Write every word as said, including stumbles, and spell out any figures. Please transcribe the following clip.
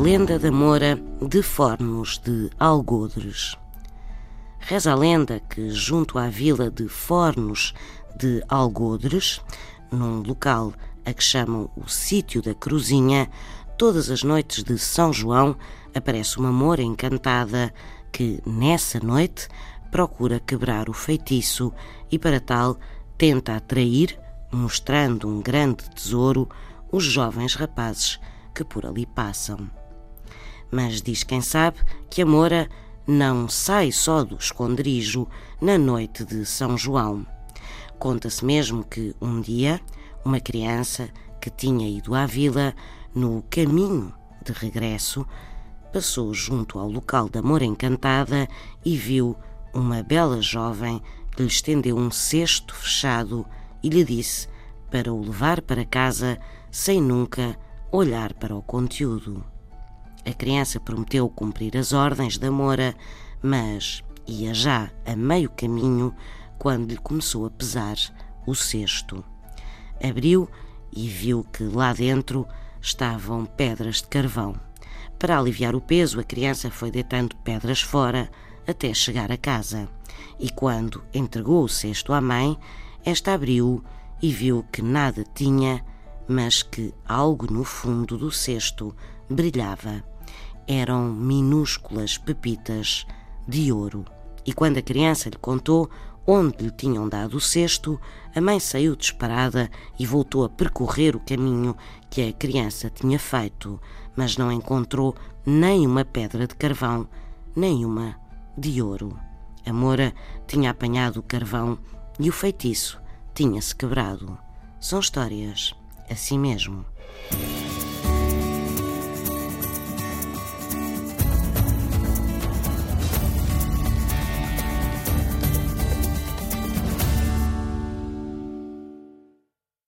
lenda da Moura de Fornos de Algodres. Reza a lenda que, junto à vila de Fornos de Algodres, num local a que chamam o Sítio da Cruzinha, todas as noites de São João aparece uma moura encantada que, nessa noite, procura quebrar o feitiço e, para tal, tenta atrair, mostrando um grande tesouro, os jovens rapazes que por ali passam. Mas diz quem sabe que a moura não sai só do esconderijo na noite de São João. Conta-se mesmo que um dia uma criança que tinha ido à vila, no caminho de regresso, passou junto ao local da moura encantada e viu uma bela jovem que lhe estendeu um cesto fechado e lhe disse para o levar para casa sem nunca olhar para o conteúdo. A criança prometeu cumprir as ordens da moura, mas ia já a meio caminho quando lhe começou a pesar o cesto. Abriu e viu que lá dentro estavam pedras de carvão. Para aliviar o peso, a criança foi deitando pedras fora até chegar a casa. E quando entregou o cesto à mãe, esta abriu e viu que nada tinha, mas que algo no fundo do cesto brilhava. Eram minúsculas pepitas de ouro. E quando a criança lhe contou onde lhe tinham dado o cesto, a mãe saiu disparada e voltou a percorrer o caminho que a criança tinha feito, mas não encontrou nem uma pedra de carvão, nem uma de ouro. A moura tinha apanhado o carvão e o feitiço tinha-se quebrado. São histórias assim mesmo.